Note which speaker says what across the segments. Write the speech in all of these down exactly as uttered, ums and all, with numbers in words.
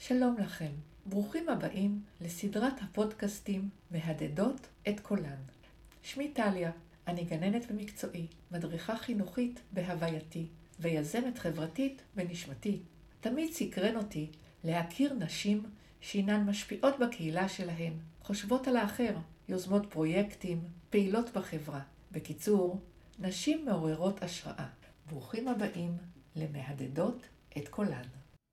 Speaker 1: שלום לכם, ברוכים הבאים לסדרת הפודקאסטים מהדהדות את קולן. שמי טליה, אני גננת במקצועי, מדריכה חינוכית בהווייתי ויזמת חברתית בנשמתי. תמיד סקרן אותי להכיר נשים שהינן משפיעות בקהילה שלהן, חושבות על האחר, יוזמות פרויקטים, פעילות בחברה. בקיצור, נשים מעוררות השראה. ברוכים הבאים למהדהדות את קולן.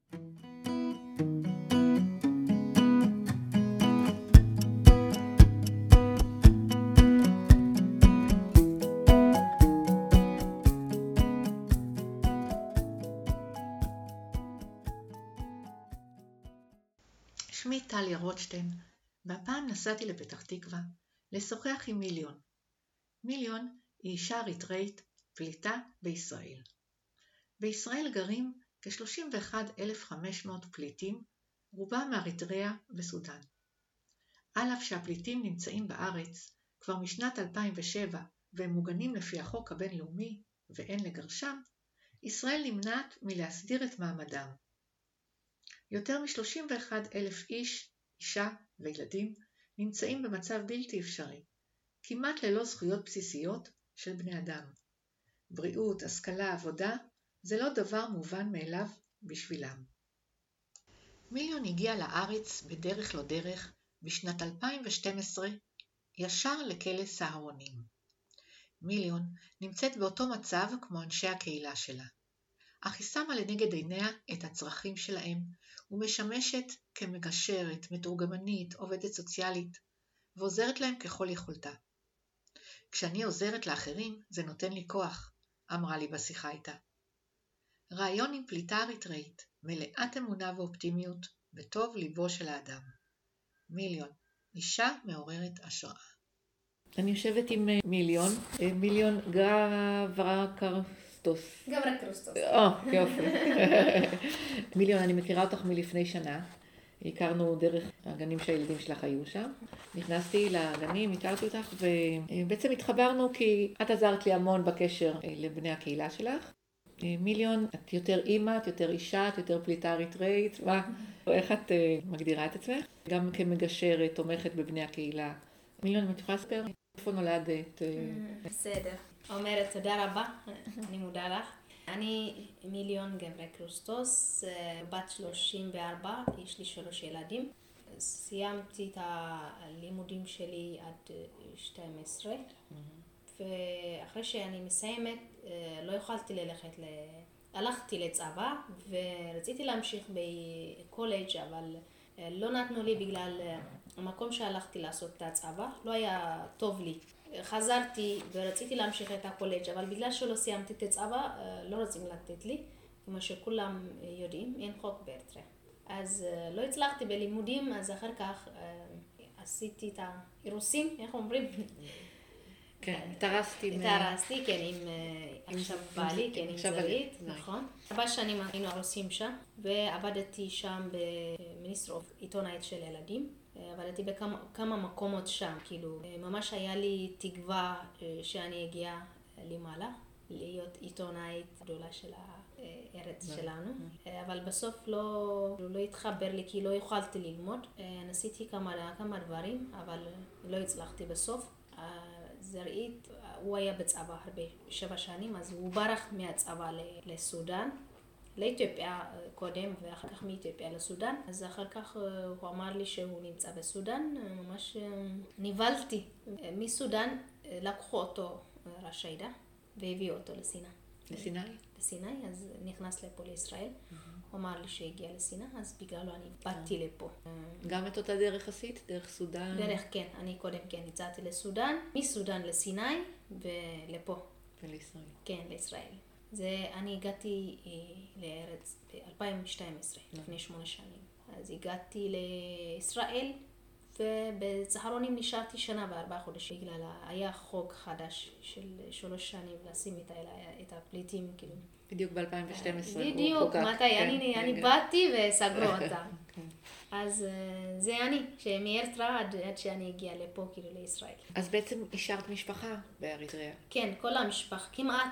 Speaker 1: שמי טליה רוטשטיין, והפעם נסעתי לפתח תקווה לשוחח עם מיליון. מיליון היא אישה אריתראית פליטה בישראל. בישראל גרים כ-שלושים ואחד אלף וחמש מאות פליטים, רובם מאריתריאה וסודאן. על אף שהפליטים נמצאים בארץ כבר משנת אלפיים ושבע והם מוגנים לפי החוק הבינלאומי ואין לגרשם, ישראל נמנעת מלהסדיר את מעמדם. יותר מ-שלושים ואחד אלף איש, אישה וילדים נמצאים במצב בלתי אפשרי, כמעט ללא זכויות בסיסיות של בני אדם. בריאות, השכלה, עבודה, זה לא דבר מובן מאליו בשבילם. מיליון הגיע לארץ בדרך לא דרך בשנת אלפיים ושתים עשרה, ישר לכלא סהרונים. מיליון נמצאת באותו מצב כמו אנשי הקהילה שלה, אך היא שמה לנגד עיניה את הצרכים שלהם, ומשמשת כמגשרת, מתורגמנית, עובדת סוציאלית, ועוזרת להם ככל יכולתה. כשאני עוזרת לאחרים, זה נותן לי כוח, אמרה לי בשיחה איתה. רעיון עם פליטה אריתראית, מלאת אמונה ואופטימיות, בטוב ליבו של האדם. מיליון, אישה מעוררת השראה. אני יושבת עם מיליון, מיליון גברה קרסטוס.
Speaker 2: גברה קרסטוס.
Speaker 1: או, יופי. מיליון, אני מכירה אותך מלפני שנה. הכרנו דרך הגנים שהילדים שלך היו שם. נכנסתי לגנים, הכרתי אותך, ובעצם התחברנו כי את עזרת לי המון בקשר לבני הקהילה שלך. מיליון, את יותר אימא, את יותר אישה, את יותר פליטה אריתראית. איך את מגדירה את עצמך? גם כמגשרת, תומכת בבני הקהילה. מיליון, אם את יכולה לספר? איפה נולדת?
Speaker 2: בסדר. אומרת, תודה רבה, אני מודה לך. אני מיליון גברה קרסטוס, בת שלושים וארבע, יש לי שלוש ילדים. סיימתי את הלימודים שלי עד שתים עשרה, ואחרי שאני מסיימת, לא יכולתי ללכת ל... הלכתי לצבא, ורציתי להמשיך בקולג' אבל לא נתנו לי בגלל המקום שהלכתי לעשות את הצבא, לא היה טוב לי. חזרתי ורציתי להמשיך את הקולג' אבל בגלל שלא סיימתי את הצבא, לא רוצים לתת לי, כמו שכולם יודעים, אין חוק באריתריאה. אז לא הצלחתי בלימודים, אז אחר כך עשיתי את האירוסים, איך אומרים?
Speaker 1: כן, תרסתי.
Speaker 2: תרסתי, כן, עם עכשיו בעלי, כן, עם זרית, נכון. ארבע שנים היינו ארוסים שם, ועבדתי שם במיניסטרוף עיתונאית של ילדים. עבדתי בכמה מקומות שם, כאילו, ממש היה לי תקווה שאני אגיע למעלה, להיות עיתונאית גדולה של הארץ שלנו, אבל בסוף לא, לא התחבר לי כי לא יכולתי ללמוד. ניסיתי כמה, כמה דברים, אבל לא הצלחתי בסוף. זרעית, הוא היה בצבא הרבה, שבע שנים, אז הוא ברח מהצבא לסודן, לאתיופיה קודם ואחר כך מאתיופיה לסודן. אז אחר כך הוא אמר לי שהוא נמצא בסודן, ממש נבלתי. מסודן לקחו אותו רשיידה והביאו אותו לסיני.
Speaker 1: לסיני?
Speaker 2: לסיני, אז נכנס לפה לישראל. הוא אמר לי שהגיע לסיני, אז בגללו אני באתי לפה.
Speaker 1: גם את אותה דרך עשית? דרך סודן?
Speaker 2: דרך, כן. אני קודם כן יצאתי לסודן, מסודן לסיני ולפה.
Speaker 1: ולישראל.
Speaker 2: כן, לישראל. זה, אני הגעתי אה, לארץ ב-אלפיים ושתים עשרה, לפני שמונה שנים. אז הגעתי לישראל, ובצהרונים נשארתי שנה וארבעה חודשים, בגלל היה חוק חדש של שלוש שנים לשים את, את הפליטים, כאילו.
Speaker 1: בדיוק ב-אלפיים ושתים עשרה.
Speaker 2: בדיוק, מתי, כן, אני, כן, אני כן. באתי וסגרו אותה. כן. אז זה אני, שמאריתריאה עד, עד שאני הגיעה לפה, כאילו, לישראל.
Speaker 1: אז בעצם השארת משפחה באריתריאה?
Speaker 2: כן, כל המשפחה, כמעט.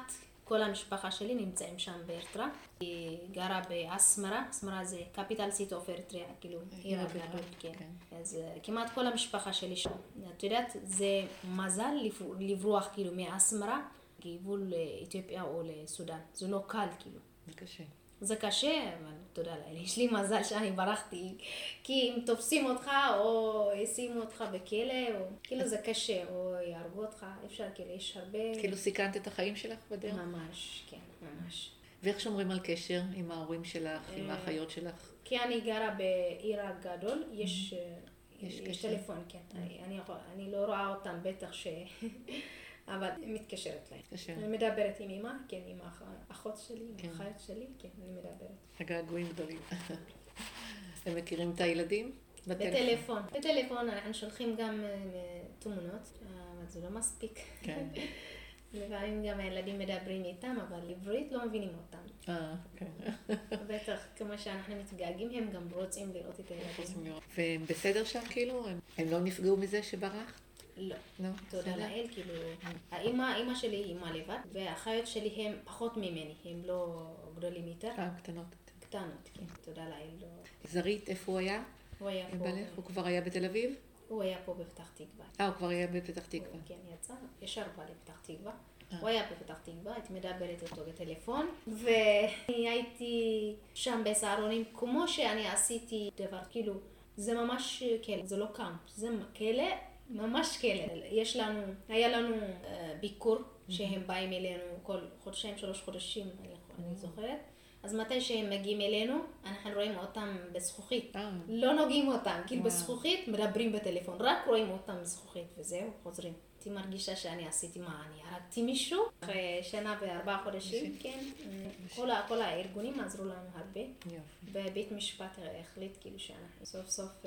Speaker 2: כל המשפחה שלי נמצאים שם באריתריאה. היא גרה באסמרה, אסמרה זה capital city of אריתריאה, כאילו עיר הגדול, כן. אז כמעט כל המשפחה שלי שם. את יודעת, זה מזל לברוח כאילו מאסמרה, גבול לאתיופיה או לסודן. זה לא קל כאילו.
Speaker 1: זה קשה.
Speaker 2: זה קשה, אבל תודה לאל, יש לי מזל שאני ברחתי, כי אם תופסים אותך או ישימו אותך בכלא, או כאילו זה קשה, או יהרגו אותך, אפשר, כאילו יש הרבה...
Speaker 1: כאילו סיכנת את החיים שלך בדרך?
Speaker 2: ממש, כן, ממש.
Speaker 1: ואיך שומרים על קשר עם ההורים שלך, עם האחיות שלך?
Speaker 2: כי אני גרה בעיר הגדול, יש... יש, יש טלפון, כן. אני, אני לא רואה אותם בטח ש... אבל מתקשרת להם. קשר. אני מדברת עם אמא, כן, עם האחות שלי, עם האחיות שלי, כן, אני מדברת.
Speaker 1: הגעגועים גדולים. הם מכירים את הילדים?
Speaker 2: בטלפון. בטלפון אנחנו שולחים גם תמונות, אבל זה לא מספיק.
Speaker 1: כן.
Speaker 2: לפעמים גם הילדים מדברים איתם, אבל עברית לא מבינים אותם.
Speaker 1: אה, כן.
Speaker 2: בטח, כמו שאנחנו מתגעגעים, הם גם רוצים לראות את הילדים.
Speaker 1: והם בסדר שם כאילו? הם לא נפגעו מזה שברחת?
Speaker 2: לא, לא, תודה לאל, כאילו, האמא, האמא שלי היא אמא לבד, והאחיות שלי הם פחות ממני, הם לא גדולים יותר.
Speaker 1: אה, קטנות.
Speaker 2: קטנות, כן, תודה לאל. לא.
Speaker 1: זרית, איפה הוא היה?
Speaker 2: הוא היה פה.
Speaker 1: בלך, הוא כבר היה בתל אביב?
Speaker 2: הוא היה פה בפתח תקווה.
Speaker 1: אה, הוא כבר היה בפתח תקווה.
Speaker 2: כן, יצא, ישר בא לפתח תקווה. הוא היה בפתח תקווה, הייתי מדברת איתו בטלפון, והייתי שם בסהרונים, כמו שאני עשיתי דבר, כאילו, זה ממש כלא, זה לא קאמפ, זה כלא. ממש כלא. יש לנו, היה לנו uh, ביקור שהם באים אלינו כל חודשיים, שלוש חודשים, אני זוכרת. אז מתי שהם מגיעים אלינו, אנחנו רואים אותם בזכוכית. לא נוגעים אותם, כאילו בזכוכית, מדברים בטלפון, רק רואים אותם בזכוכית וזהו, חוזרים. הייתי מרגישה שאני עשיתי מה, אני הרגתי מישהו, אחרי שנה וארבעה חודשים, כן. כל הארגונים עזרו לנו הרבה. בבית משפט החליט כאילו שאנחנו סוף סוף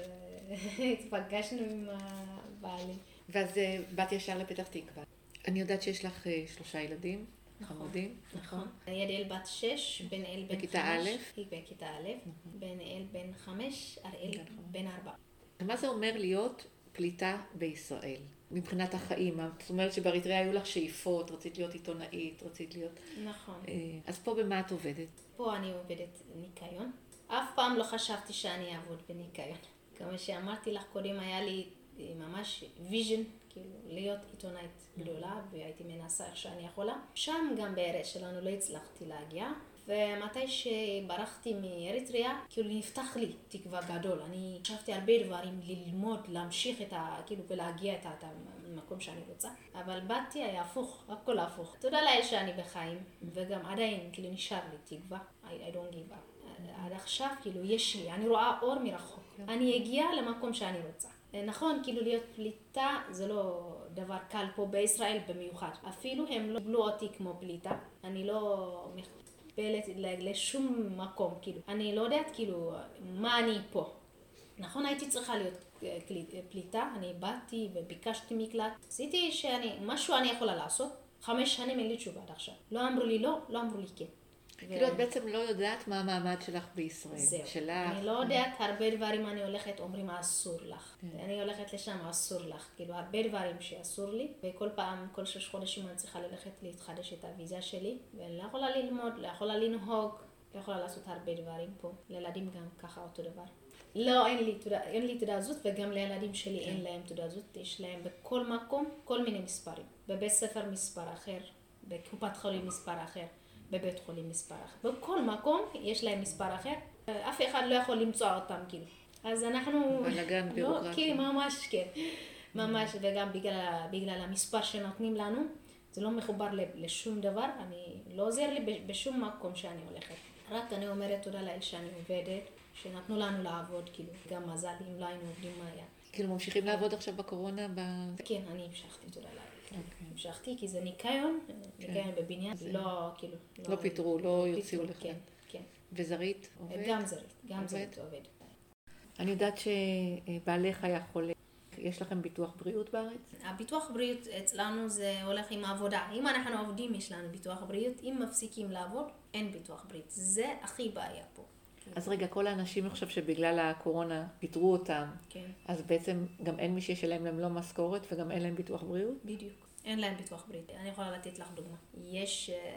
Speaker 2: התפגשנו עם הבעלים.
Speaker 1: ואז באת ישר לפתח תקווה. אני יודעת שיש לך שלושה ילדים. חמודים.
Speaker 2: נכון. ידיאל בת שש, בן אל בן חמש.
Speaker 1: בכיתה א'?
Speaker 2: היא בכיתה א', בן אל בן חמש, אראל בן ארבע.
Speaker 1: מה זה אומר להיות פליטה בישראל? מבחינת החיים, זאת אומרת שבאריתריאה היו לך שאיפות, רצית להיות עיתונאית, רצית להיות...
Speaker 2: נכון.
Speaker 1: אז פה במה את עובדת?
Speaker 2: פה אני עובדת ניקיון. אף פעם לא חשבתי שאני אעבוד בניקיון. כמו שאמרתי לך קודם, היה לי ממש ויז'ן, כאילו להיות עיתונאית גדולה, והייתי מנסה איך שאני יכולה. שם גם בארץ שלנו לא הצלחתי להגיע, ומתי שברחתי מאריתריאה, כאילו נפתח לי תקווה גדול. אני חשבתי הרבה דברים ללמוד, להמשיך את ה... כאילו ולהגיע את המקום שאני רוצה. אבל באתי, היה הפוך, הכל הפוך. תודה לאל שאני בחיים, וגם עדיין כאילו נשאר לי תקווה. I, I don't give up. עד עכשיו כאילו יש לי, אני רואה אור מרחוק. אני אגיע למקום שאני רוצה. נכון, כאילו להיות פליטה זה לא דבר קל פה בישראל במיוחד. אפילו הם לא קיבלו אותי כמו פליטה. אני לא מקבלת לשום מקום, כאילו. אני לא יודעת כאילו מה אני פה. נכון, הייתי צריכה להיות פליטה. אני באתי וביקשתי מקלט. עשיתי שאני, משהו אני יכולה לעשות. חמש שנים אין לי תשובה עד עכשיו. לא אמרו לי לא, לא אמרו לי כן.
Speaker 1: כאילו את בעצם לא יודעת מה המעמד שלך בישראל.
Speaker 2: זהו. אני לא יודעת, הרבה דברים אני הולכת, אומרים אסור לך. אני הולכת לשם, אסור לך. כאילו הרבה דברים שאסור לי, וכל פעם, כל שש חודשים אני צריכה ללכת להתחדש את הוויזה שלי, ואני לא יכולה ללמוד, לא יכולה לנהוג, לא יכולה לעשות הרבה דברים פה. לילדים גם ככה אותו דבר. לא, אין לי, אין לי תעודה זאת, וגם לילדים שלי אין להם תעודה זאת. יש להם בכל מקום כל מיני מספרים. בבית ספר מספר אחר, בקופת חולים מספר אחר. בבית חולים מספר אחר. בכל מקום יש להם מספר אחר. אף אחד לא יכול למצוא אותם, כאילו. אז אנחנו...
Speaker 1: בלגן בירוקרטי.
Speaker 2: כן, ממש, כן. ממש, וגם בגלל, בגלל המספר שנותנים לנו, זה לא מחובר לשום דבר. אני לא עוזר לי בשום מקום שאני הולכת. רק אני אומרת תודה לאל שאני עובדת, שנתנו לנו לעבוד, כאילו. גם מזל, אם לא היינו עובדים מה היה.
Speaker 1: כאילו ממשיכים לעבוד עכשיו בקורונה?
Speaker 2: כן, אני המשכתי, תודה לאל. המשכתי, כי זה ניקיון, ניקיון בבניין, לא כאילו...
Speaker 1: לא פיתרו, לא יוציאו לך.
Speaker 2: כן, כן.
Speaker 1: וזרית עובד?
Speaker 2: גם זרית, גם זרית עובד.
Speaker 1: אני יודעת שבעלך היה חולה. יש לכם ביטוח בריאות בארץ?
Speaker 2: הביטוח בריאות אצלנו זה הולך עם העבודה. אם אנחנו עובדים, יש לנו ביטוח בריאות. אם מפסיקים לעבוד, אין ביטוח בריאות. זה הכי בעיה פה.
Speaker 1: אז רגע, כל האנשים עכשיו שבגלל הקורונה פיתרו אותם,
Speaker 2: כן.
Speaker 1: אז בעצם גם אין מי שישלם להם לא משכורת וגם אין להם ביטוח בריאות?
Speaker 2: בדיוק. אין להם ביטוח בריאות. אני יכולה לתת לך דוגמה. יש uh,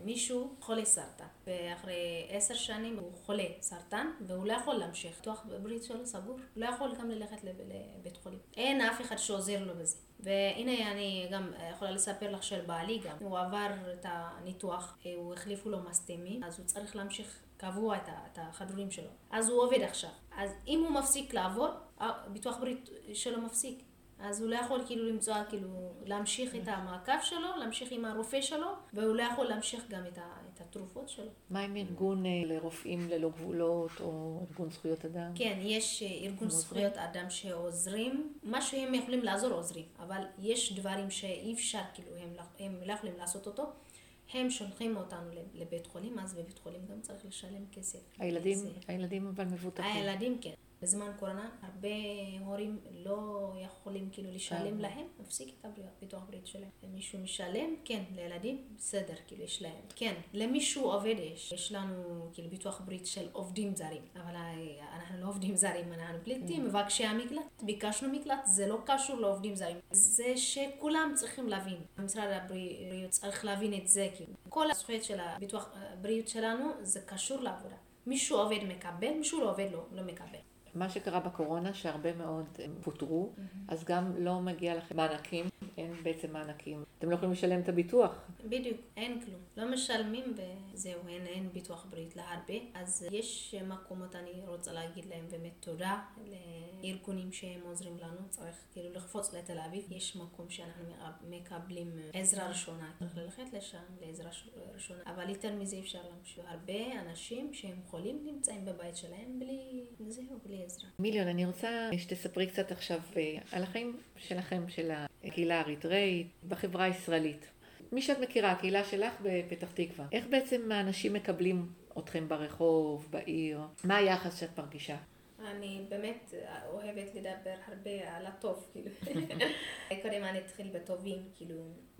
Speaker 2: מישהו חולה סרטן, ואחרי עשר שנים הוא חולה סרטן, והוא לא יכול להמשיך. ביטוח ברית שלו סגור, הוא לא יכול גם ללכת לבית חולים. אין אף אחד שעוזר לו בזה. והנה אני גם יכולה לספר לך של בעלי גם. הוא עבר את הניתוח, הוא החליפו לו מסטמי, אז הוא צריך להמשיך קבוע את החדרים שלו. אז הוא עובד עכשיו. אז אם הוא מפסיק לעבוד, ביטוח ברית שלו מפסיק. אז הוא לא יכול כאילו למצוא, כאילו להמשיך את המעקב שלו, להמשיך עם הרופא שלו, והוא לא יכול להמשיך גם את, ה, את התרופות שלו.
Speaker 1: מה עם ארגון לרופאים ללא גבולות או ארגון זכויות אדם?
Speaker 2: כן, יש ארגון זכויות אדם שעוזרים, מה שהם יכולים לעזור עוזרים, אבל יש דברים שאי אפשר, כאילו הם, הם לא יכולים לעשות אותו. הם שולחים אותנו לבית חולים, אז בבית חולים גם צריך לשלם כסף.
Speaker 1: הילדים, הילדים אבל מבוטחים.
Speaker 2: הילדים כן. בזמן קורונה, הרבה הורים לא יכולים כאילו לשלם להם, מפסיק את הביטוח ברית שלהם. מישהו משלם, כן, לילדים, בסדר, כאילו יש להם. כן, למישהו עובד יש. יש לנו כאילו ביטוח ברית של עובדים זרים, אבל אנחנו לא עובדים זרים, אנחנו פליטים, מבקשי המקלט. ביקשנו מקלט, זה לא קשור לעובדים זרים. זה שכולם צריכים להבין. משרד הבריאות צריך להבין את זה, כאילו. כל הזכויות של הביטוח ברית שלנו, זה קשור לעבודה. מישהו עובד מקבל, מישהו לא עובד לא, לא מקבל.
Speaker 1: מה שקרה בקורונה, שהרבה מאוד פוטרו, mm-hmm. אז גם לא מגיע לכם מענקים, אין בעצם מענקים. אתם לא יכולים לשלם את הביטוח.
Speaker 2: בדיוק, אין כלום. לא משלמים וזהו, אין, אין ביטוח ברית להרבה. אז יש מקומות, אני רוצה להגיד להם באמת תודה לארגונים שהם עוזרים לנו. צריך כאילו לחפוץ לתל אביב. יש מקום שאנחנו מקבלים עזרה ראשונה. צריך ללכת לשם לעזרה ראשונה. אבל יותר מזה אפשר להמשיך. הרבה אנשים שהם חולים נמצאים בבית שלהם בלי זהו, בלי עזרה.
Speaker 1: מיליון, אני רוצה שתספרי קצת עכשיו על החיים שלכם, של הקהילה האריתראית, בחברה הישראלית. מי שאת מכירה, הקהילה שלך בפתח תקווה. איך בעצם האנשים מקבלים אתכם ברחוב, בעיר? מה היחס שאת מרגישה?
Speaker 2: אני באמת אוהבת לדבר הרבה על הטוב, כאילו. קודם אני אתחיל בטובים, כאילו.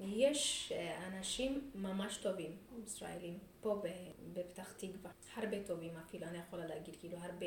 Speaker 2: יש אנשים ממש טובים, ישראלים, פה בפתח תקווה. הרבה טובים אפילו, אני יכולה להגיד, כאילו, הרבה.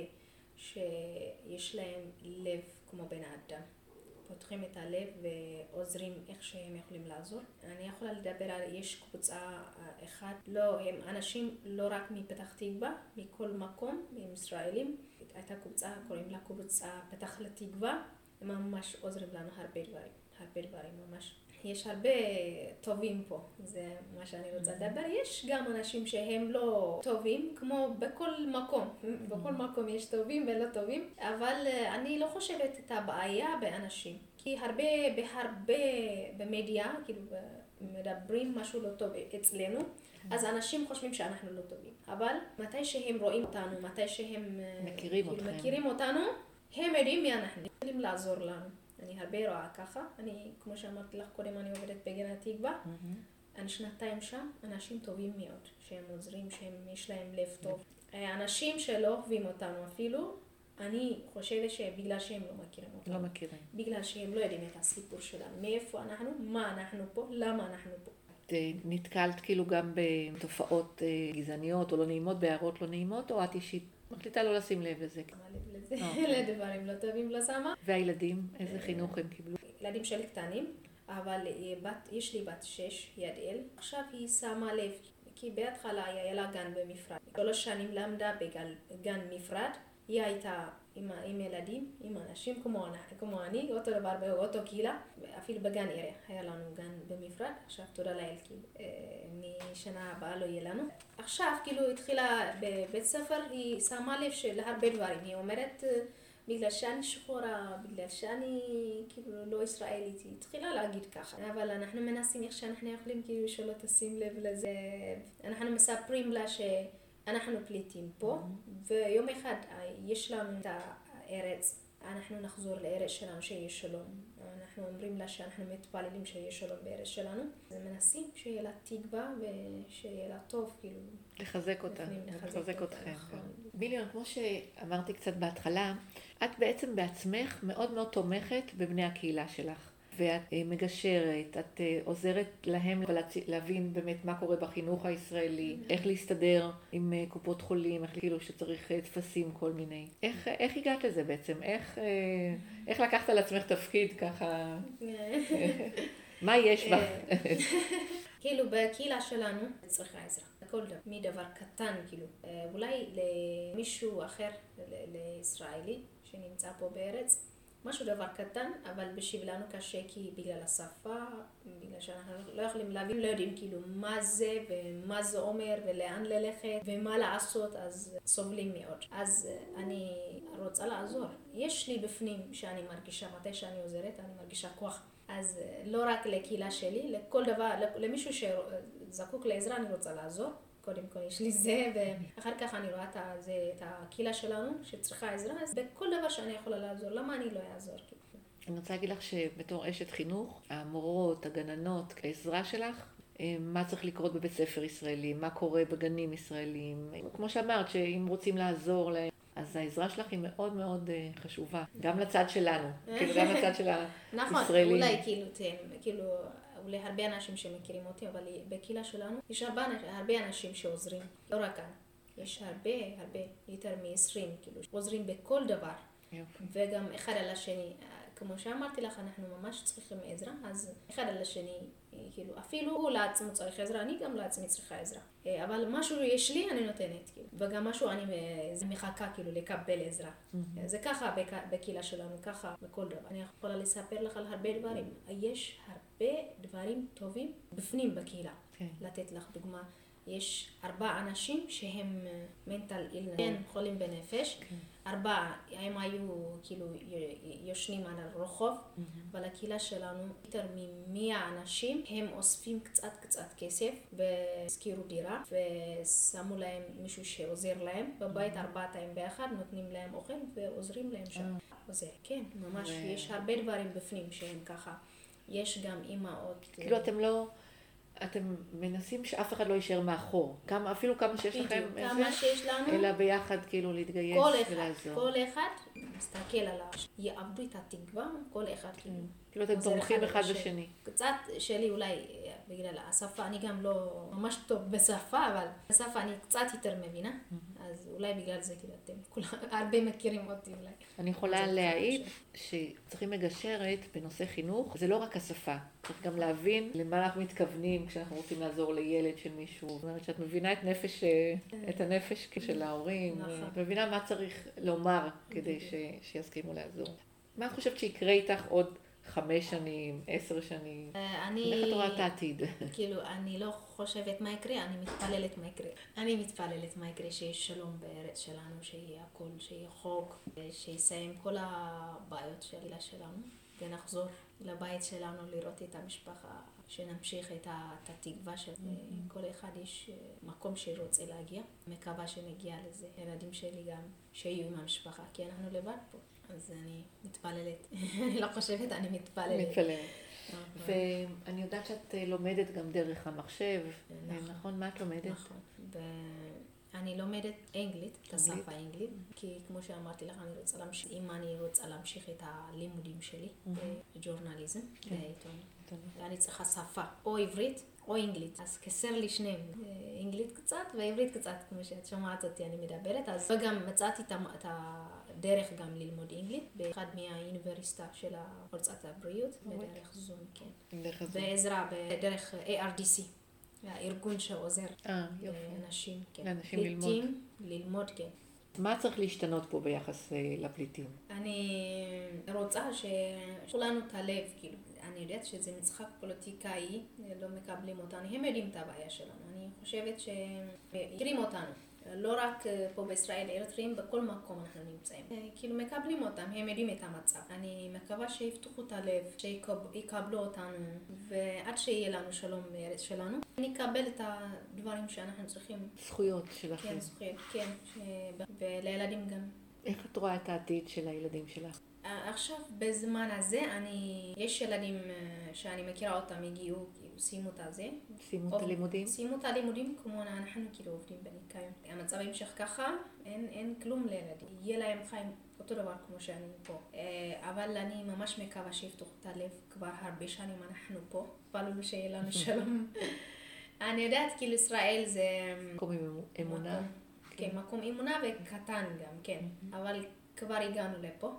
Speaker 2: שיש להם לב כמו בן אדם. פותחים את הלב ועוזרים איך שהם יכולים לעזור. אני יכולה לדבר על, יש קבוצה אחת, לא, הם אנשים לא רק מפתח תקווה, מכל מקום, הם ישראלים. הייתה קבוצה, קוראים לה קבוצה פתח לתקווה, הם ממש עוזרים לנו הרבה דברים, הרבה דברים ממש. יש הרבה טובים פה, זה מה שאני רוצה לדבר. יש גם אנשים שהם לא טובים, כמו בכל מקום. בכל מקום יש טובים ולא טובים, אבל אני לא חושבת את הבעיה באנשים. כי הרבה, בהרבה במדיה, כאילו מדברים משהו לא טוב אצלנו, אז אנשים חושבים שאנחנו לא טובים. אבל מתי שהם רואים אותנו, מתי שהם
Speaker 1: מכירים,
Speaker 2: כאילו, מכירים אותנו, הם יודעים מי אנחנו, יכולים לעזור לנו. אני הרבה רואה ככה, אני, כמו שאמרתי לך קודם, אני עובדת בגן התקווה, אני שנתיים שם, אנשים טובים מאוד, שהם עוזרים, שיש להם לב טוב. אנשים שלא אוהבים אותנו אפילו, אני חושבת שבגלל שהם לא מכירים אותנו.
Speaker 1: לא מכירים.
Speaker 2: בגלל שהם לא יודעים את הסיפור שלנו, מאיפה אנחנו, מה אנחנו פה, למה אנחנו פה.
Speaker 1: את נתקלת כאילו גם בתופעות גזעניות או לא נעימות, בהערות לא נעימות, או את אישית מחליטה לא לשים לב לזה?
Speaker 2: לב לזה, לדברים לא טובים לא שמה.
Speaker 1: והילדים, איזה חינוך הם קיבלו?
Speaker 2: ילדים שלי קטנים, אבל בת, יש לי בת שש, ידאל. עכשיו היא שמה לב, כי בהתחלה היה לה גן במפרד. שלוש שנים למדה בגן מפרד, היא הייתה עם, עם ילדים, עם אנשים כמו, כמו אני, אותו דבר באותו קהילה, אפילו בגן עירייה, היה לנו גן במפרד, עכשיו תודה לאל, כאילו, משנה הבאה לא יהיה לנו. עכשיו, כאילו, התחילה בבית ספר, היא שמה לב להרבה דברים, היא אומרת, בגלל שאני שחורה, בגלל שאני כאילו לא ישראלית, היא התחילה להגיד ככה. אבל אנחנו מנסים איך שאנחנו יכולים כאילו שלא תשים לב לזה. אנחנו מספרים לה שאנחנו פליטים פה, ויום אחד יש לנו את הארץ, אנחנו נחזור לארץ שלנו שיש שלום. אנחנו אומרים לה שאנחנו מתפללים שיש שלום בארץ שלנו. מנסים שיהיה לה תקווה ושיהיה לה טוב, כאילו.
Speaker 1: לחזק אותה, לחזק אתכם. מיליון, כמו שאמרתי קצת בהתחלה, את בעצם בעצמך מאוד מאוד תומכת בבני הקהילה שלך. ואת מגשרת, את עוזרת להם להבין באמת מה קורה בחינוך הישראלי, איך להסתדר עם קופות חולים, איך כאילו שצריך תפסים כל מיני. איך, איך הגעת לזה בעצם? איך, איך לקחת על עצמך תפקיד ככה? מה יש בך?
Speaker 2: כאילו בקהילה שלנו צריכה עזרה. כל דבר, מדבר קטן כאילו. אולי למישהו אחר, לישראלי שנמצא פה בארץ, משהו דבר קטן, אבל בשבילנו קשה כי בגלל השפה, בגלל שאנחנו לא יכולים להבין, לא יודעים כאילו מה זה ומה זה אומר ולאן ללכת ומה לעשות, אז סובלים מאוד. אז אני רוצה לעזור. יש לי בפנים שאני מרגישה, מתי שאני עוזרת, אני מרגישה כוח. אז לא רק לקהילה שלי, לכל דבר, למישהו שזקוק לעזרה אני רוצה לעזור. קודם כל יש לי זה, ואחר כך אני רואה את הקהילה שלנו שצריכה עזרה, אז בכל דבר שאני יכולה לעזור, למה אני לא אעזור?
Speaker 1: אני רוצה להגיד לך שבתור אשת חינוך, המורות, הגננות, העזרה שלך, מה צריך לקרות בבית ספר ישראלי, מה קורה בגנים ישראלים, כמו שאמרת, שאם רוצים לעזור להם, אז העזרה שלך היא מאוד מאוד חשובה, גם לצד שלנו, כאילו גם לצד של הישראלים.
Speaker 2: נכון, אולי כאילו, כאילו, אולי הרבה אנשים שמכירים אותי, אבל בקהילה שלנו יש הרבה, הרבה אנשים שעוזרים, לא רק כאן. יש הרבה, הרבה, יותר מ-עשרים, כאילו, עוזרים בכל דבר. יופי. וגם אחד על השני, כמו שאמרתי לך, אנחנו ממש צריכים עזרה, אז אחד על השני, כאילו, אפילו הוא לעצמו צריך עזרה, אני גם לעצמי צריכה עזרה. אבל משהו יש לי, אני נותנת, כאילו. וגם משהו אני מחכה, כאילו, לקבל עזרה. Mm-hmm. זה ככה בקהילה שלנו, ככה בכל דבר. אני יכולה לספר לך על הרבה דברים. יש הרבה דברים טובים בפנים בקהילה. Okay. לתת לך דוגמה. יש ארבע אנשים שהם מנטל אילנס, okay. חולים בנפש. Okay. ארבע, הם היו כאילו יושנים על הרחוב, mm-hmm. אבל הקהילה שלנו, יותר ממאה אנשים, הם אוספים קצת קצת כסף, והזכירו דירה, ושמו להם מישהו שעוזר להם, בבית ארבעתיים ביחד, נותנים להם אוכל ועוזרים להם שם. Mm-hmm. עוזר, כן, ממש, ו... יש הרבה דברים בפנים שהם ככה. יש גם אימהות.
Speaker 1: כאילו אתם לא... אתם מנסים שאף אחד לא יישאר מאחור. כמה, אפילו כמה שיש לכם,
Speaker 2: כמה שיש לנו,
Speaker 1: אלא ביחד כאילו להתגייס ולעזור.
Speaker 2: כל אחד מסתכל על יעבדו את התקווה, כל אחד כאילו.
Speaker 1: כאילו אתם תומכים אחד בשני.
Speaker 2: קצת שלי אולי בגלל השפה, אני גם לא ממש טוב בשפה, אבל בשפה אני קצת יותר מבינה, אז אולי בגלל זה כאילו אתם כולם הרבה מכירים אותי אולי.
Speaker 1: אני יכולה להעיד שצריכים מגשרת בנושא חינוך, זה לא רק השפה, צריך גם להבין למה אנחנו מתכוונים כשאנחנו רוצים לעזור לילד של מישהו. זאת אומרת שאת מבינה את נפש, את הנפש של ההורים, את מבינה מה צריך לומר כדי שיסכימו לעזור. מה את חושבת שיקרה איתך עוד חמש שנים, עשר שנים?
Speaker 2: אני...
Speaker 1: איך את רואה את העתיד?
Speaker 2: כאילו, אני לא חושבת מה יקרה, אני מתפללת מה יקרה. אני מתפללת מה יקרה, שיש שלום בארץ שלנו, שיהיה הכל, שיהיה חוק, שיסיים כל הבעיות שלה שלנו, ונחזור לבית שלנו לראות את המשפחה, שנמשיך את התקווה של כל אחד יש מקום שרוצה להגיע. מקווה שנגיע לזה. הילדים שלי גם שיהיו עם המשפחה, כי אנחנו לבד פה. אז אני מתפללת. אני לא חושבת, אני מתפללת.
Speaker 1: מתפללת. ואני יודעת שאת לומדת גם דרך המחשב. נכון? מה את לומדת?
Speaker 2: נכון. אני לומדת אנגלית, את השפה האנגלית, כי כמו שאמרתי לך, אני רוצה להמשיך, אם אני רוצה להמשיך את הלימודים שלי בג'ורנליזם, בעיתון. אני צריכה שפה, או עברית או אנגלית. אז כסר לי שניהם, אנגלית קצת ועברית קצת, כמו שאת שומעת אותי אני מדברת. אז וגם מצאתי את הדרך גם ללמוד אנגלית, באחד מהאוניברסיטה של ארצות הברית, בדרך זום, כן. בעזרה, בדרך איי אר די סי. הארגון שעוזר לאנשים, כן. פליטים, ללמוד, כן.
Speaker 1: מה צריך להשתנות פה ביחס לפליטים?
Speaker 2: אני רוצה שכולנו את הלב, כאילו. אני יודעת שזה מצחק פוליטיקאי, לא מקבלים אותנו, הם יודעים את הבעיה שלנו. אני חושבת שמכירים אותנו, לא רק פה בישראל, אריתריאים, בכל מקום אנחנו נמצאים. כאילו מקבלים אותם, הם יודעים את המצב. אני מקווה שיפתחו את הלב, שיקבלו אותנו, ועד שיהיה לנו שלום בארץ שלנו, נקבל את הדברים שאנחנו צריכים.
Speaker 1: זכויות שלכם.
Speaker 2: כן, זכויות, כן, ולילדים גם.
Speaker 1: איך את רואה את העתיד של הילדים שלך?
Speaker 2: עכשיו, בזמן הזה, אני, יש ילדים שאני מכירה אותם, הגיעו, כאילו, סיימו את הזה.
Speaker 1: סיימו את הלימודים?
Speaker 2: סיימו את הלימודים, כמו אנחנו, כאילו, עובדים בניקיון. המצב המשך ככה, אין, אין כלום לילדים. יהיה להם חיים אותו דבר כמו שאני פה. אבל אני ממש מקווה שיפתחו את הלב, כבר הרבה שנים אנחנו פה. פעלו שיהיה לנו שלום. אני יודעת, כאילו, ישראל זה...
Speaker 1: מקום אמונה.
Speaker 2: כן, מקום אמונה וקטן גם, כן. אבל כבר הגענו לפה.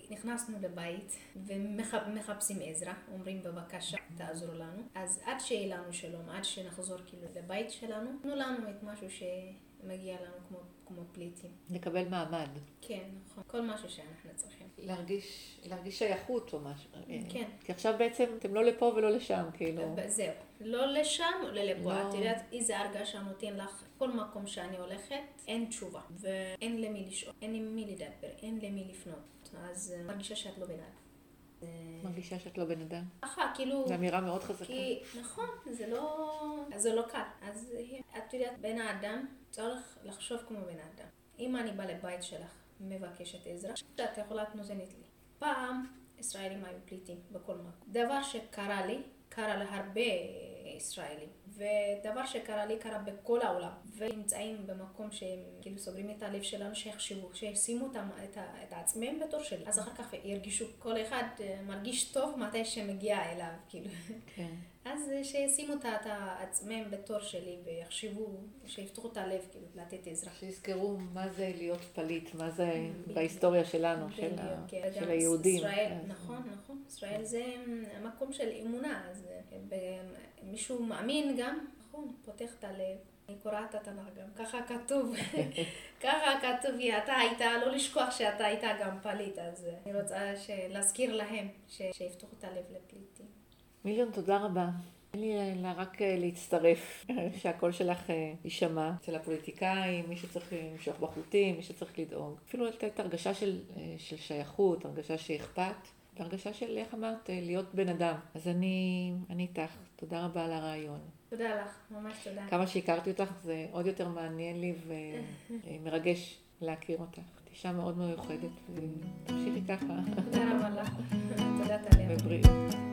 Speaker 2: נכנסנו לבית ומחפשים עזרה, אומרים בבקשה תעזרו לנו, אז עד שיהיה לנו שלום, עד שנחזור כאילו לבית שלנו, תנו לנו את משהו שמגיע לנו כמו, כמו פליטים.
Speaker 1: לקבל מעמד.
Speaker 2: כן, נכון. כל משהו שאנחנו צריכים.
Speaker 1: להרגיש, להרגיש שייכות או משהו.
Speaker 2: כן.
Speaker 1: כי עכשיו בעצם אתם לא לפה ולא לשם, כאילו.
Speaker 2: זהו. לא לשם או ללפה.
Speaker 1: לא.
Speaker 2: את יודעת איזה הרגשה נותן לך. כל מקום שאני הולכת, אין תשובה. ואין למי לשאול, אין למי לדבר, אין למי לפנות. אז מרגישה שאת לא בן אדם.
Speaker 1: מרגישה שאת לא בן אדם.
Speaker 2: ככה, כאילו...
Speaker 1: זו אמירה מאוד חזקה.
Speaker 2: כי, נכון, זה לא... זה לא קל. אז את יודעת, בן האדם צריך לחשוב כמו בן האדם. אם אני באה לבית שלך, מבקשת עזרה, שאת יכולה נותנת לי. פעם, ישראלים היו פליטים בכל מקום. דבר שקרה לי, קרה להרבה ישראלים. ודבר שקרה לי קרה בכל העולם. ונמצאים במקום שהם כאילו סוגרים את הלב שלנו, שיחשבו, שישימו את, את, את עצמם בתור שלי. אז אחר כך ירגישו, כל אחד מרגיש טוב מתי שמגיע אליו, כאילו.
Speaker 1: כן.
Speaker 2: אז שישימו את עצמם בתור שלי ויחשבו, שיפתחו את הלב, כאילו, לתת עזרה.
Speaker 1: שיזכרו מה זה להיות פליט, מה זה בהיסטוריה שלנו, של, ה...
Speaker 2: כן.
Speaker 1: של היהודים.
Speaker 2: ישראל, נכון, נכון. ישראל זה המקום של אמונה, אז מישהו מאמין גם, נכון, פותח את הלב. אני קוראת את התנ"ך גם, ככה כתוב, ככה כתוב, אתה היית, לא לשכוח שאתה היית גם פליט, אז אני רוצה להזכיר להם שיפתחו את הלב לפליטים.
Speaker 1: מיליון, תודה רבה. אין לי אלא רק להצטרף, שהקול שלך יישמע. אצל הפוליטיקאים, מי שצריך למשוך בחוטים, מי שצריך לדאוג. אפילו הייתה הרגשה של, של שייכות, הרגשה שאכפת, והרגשה של, איך אמרת, להיות בן אדם. אז אני, אני איתך. תודה רבה על הרעיון.
Speaker 2: תודה לך, ממש תודה.
Speaker 1: כמה שהכרתי אותך, זה עוד יותר מעניין לי ומרגש להכיר אותך. אישה מאוד מיוחדת, ותמשיכי ככה.
Speaker 2: תודה רבה לך. תודה תליה.
Speaker 1: בבריאות.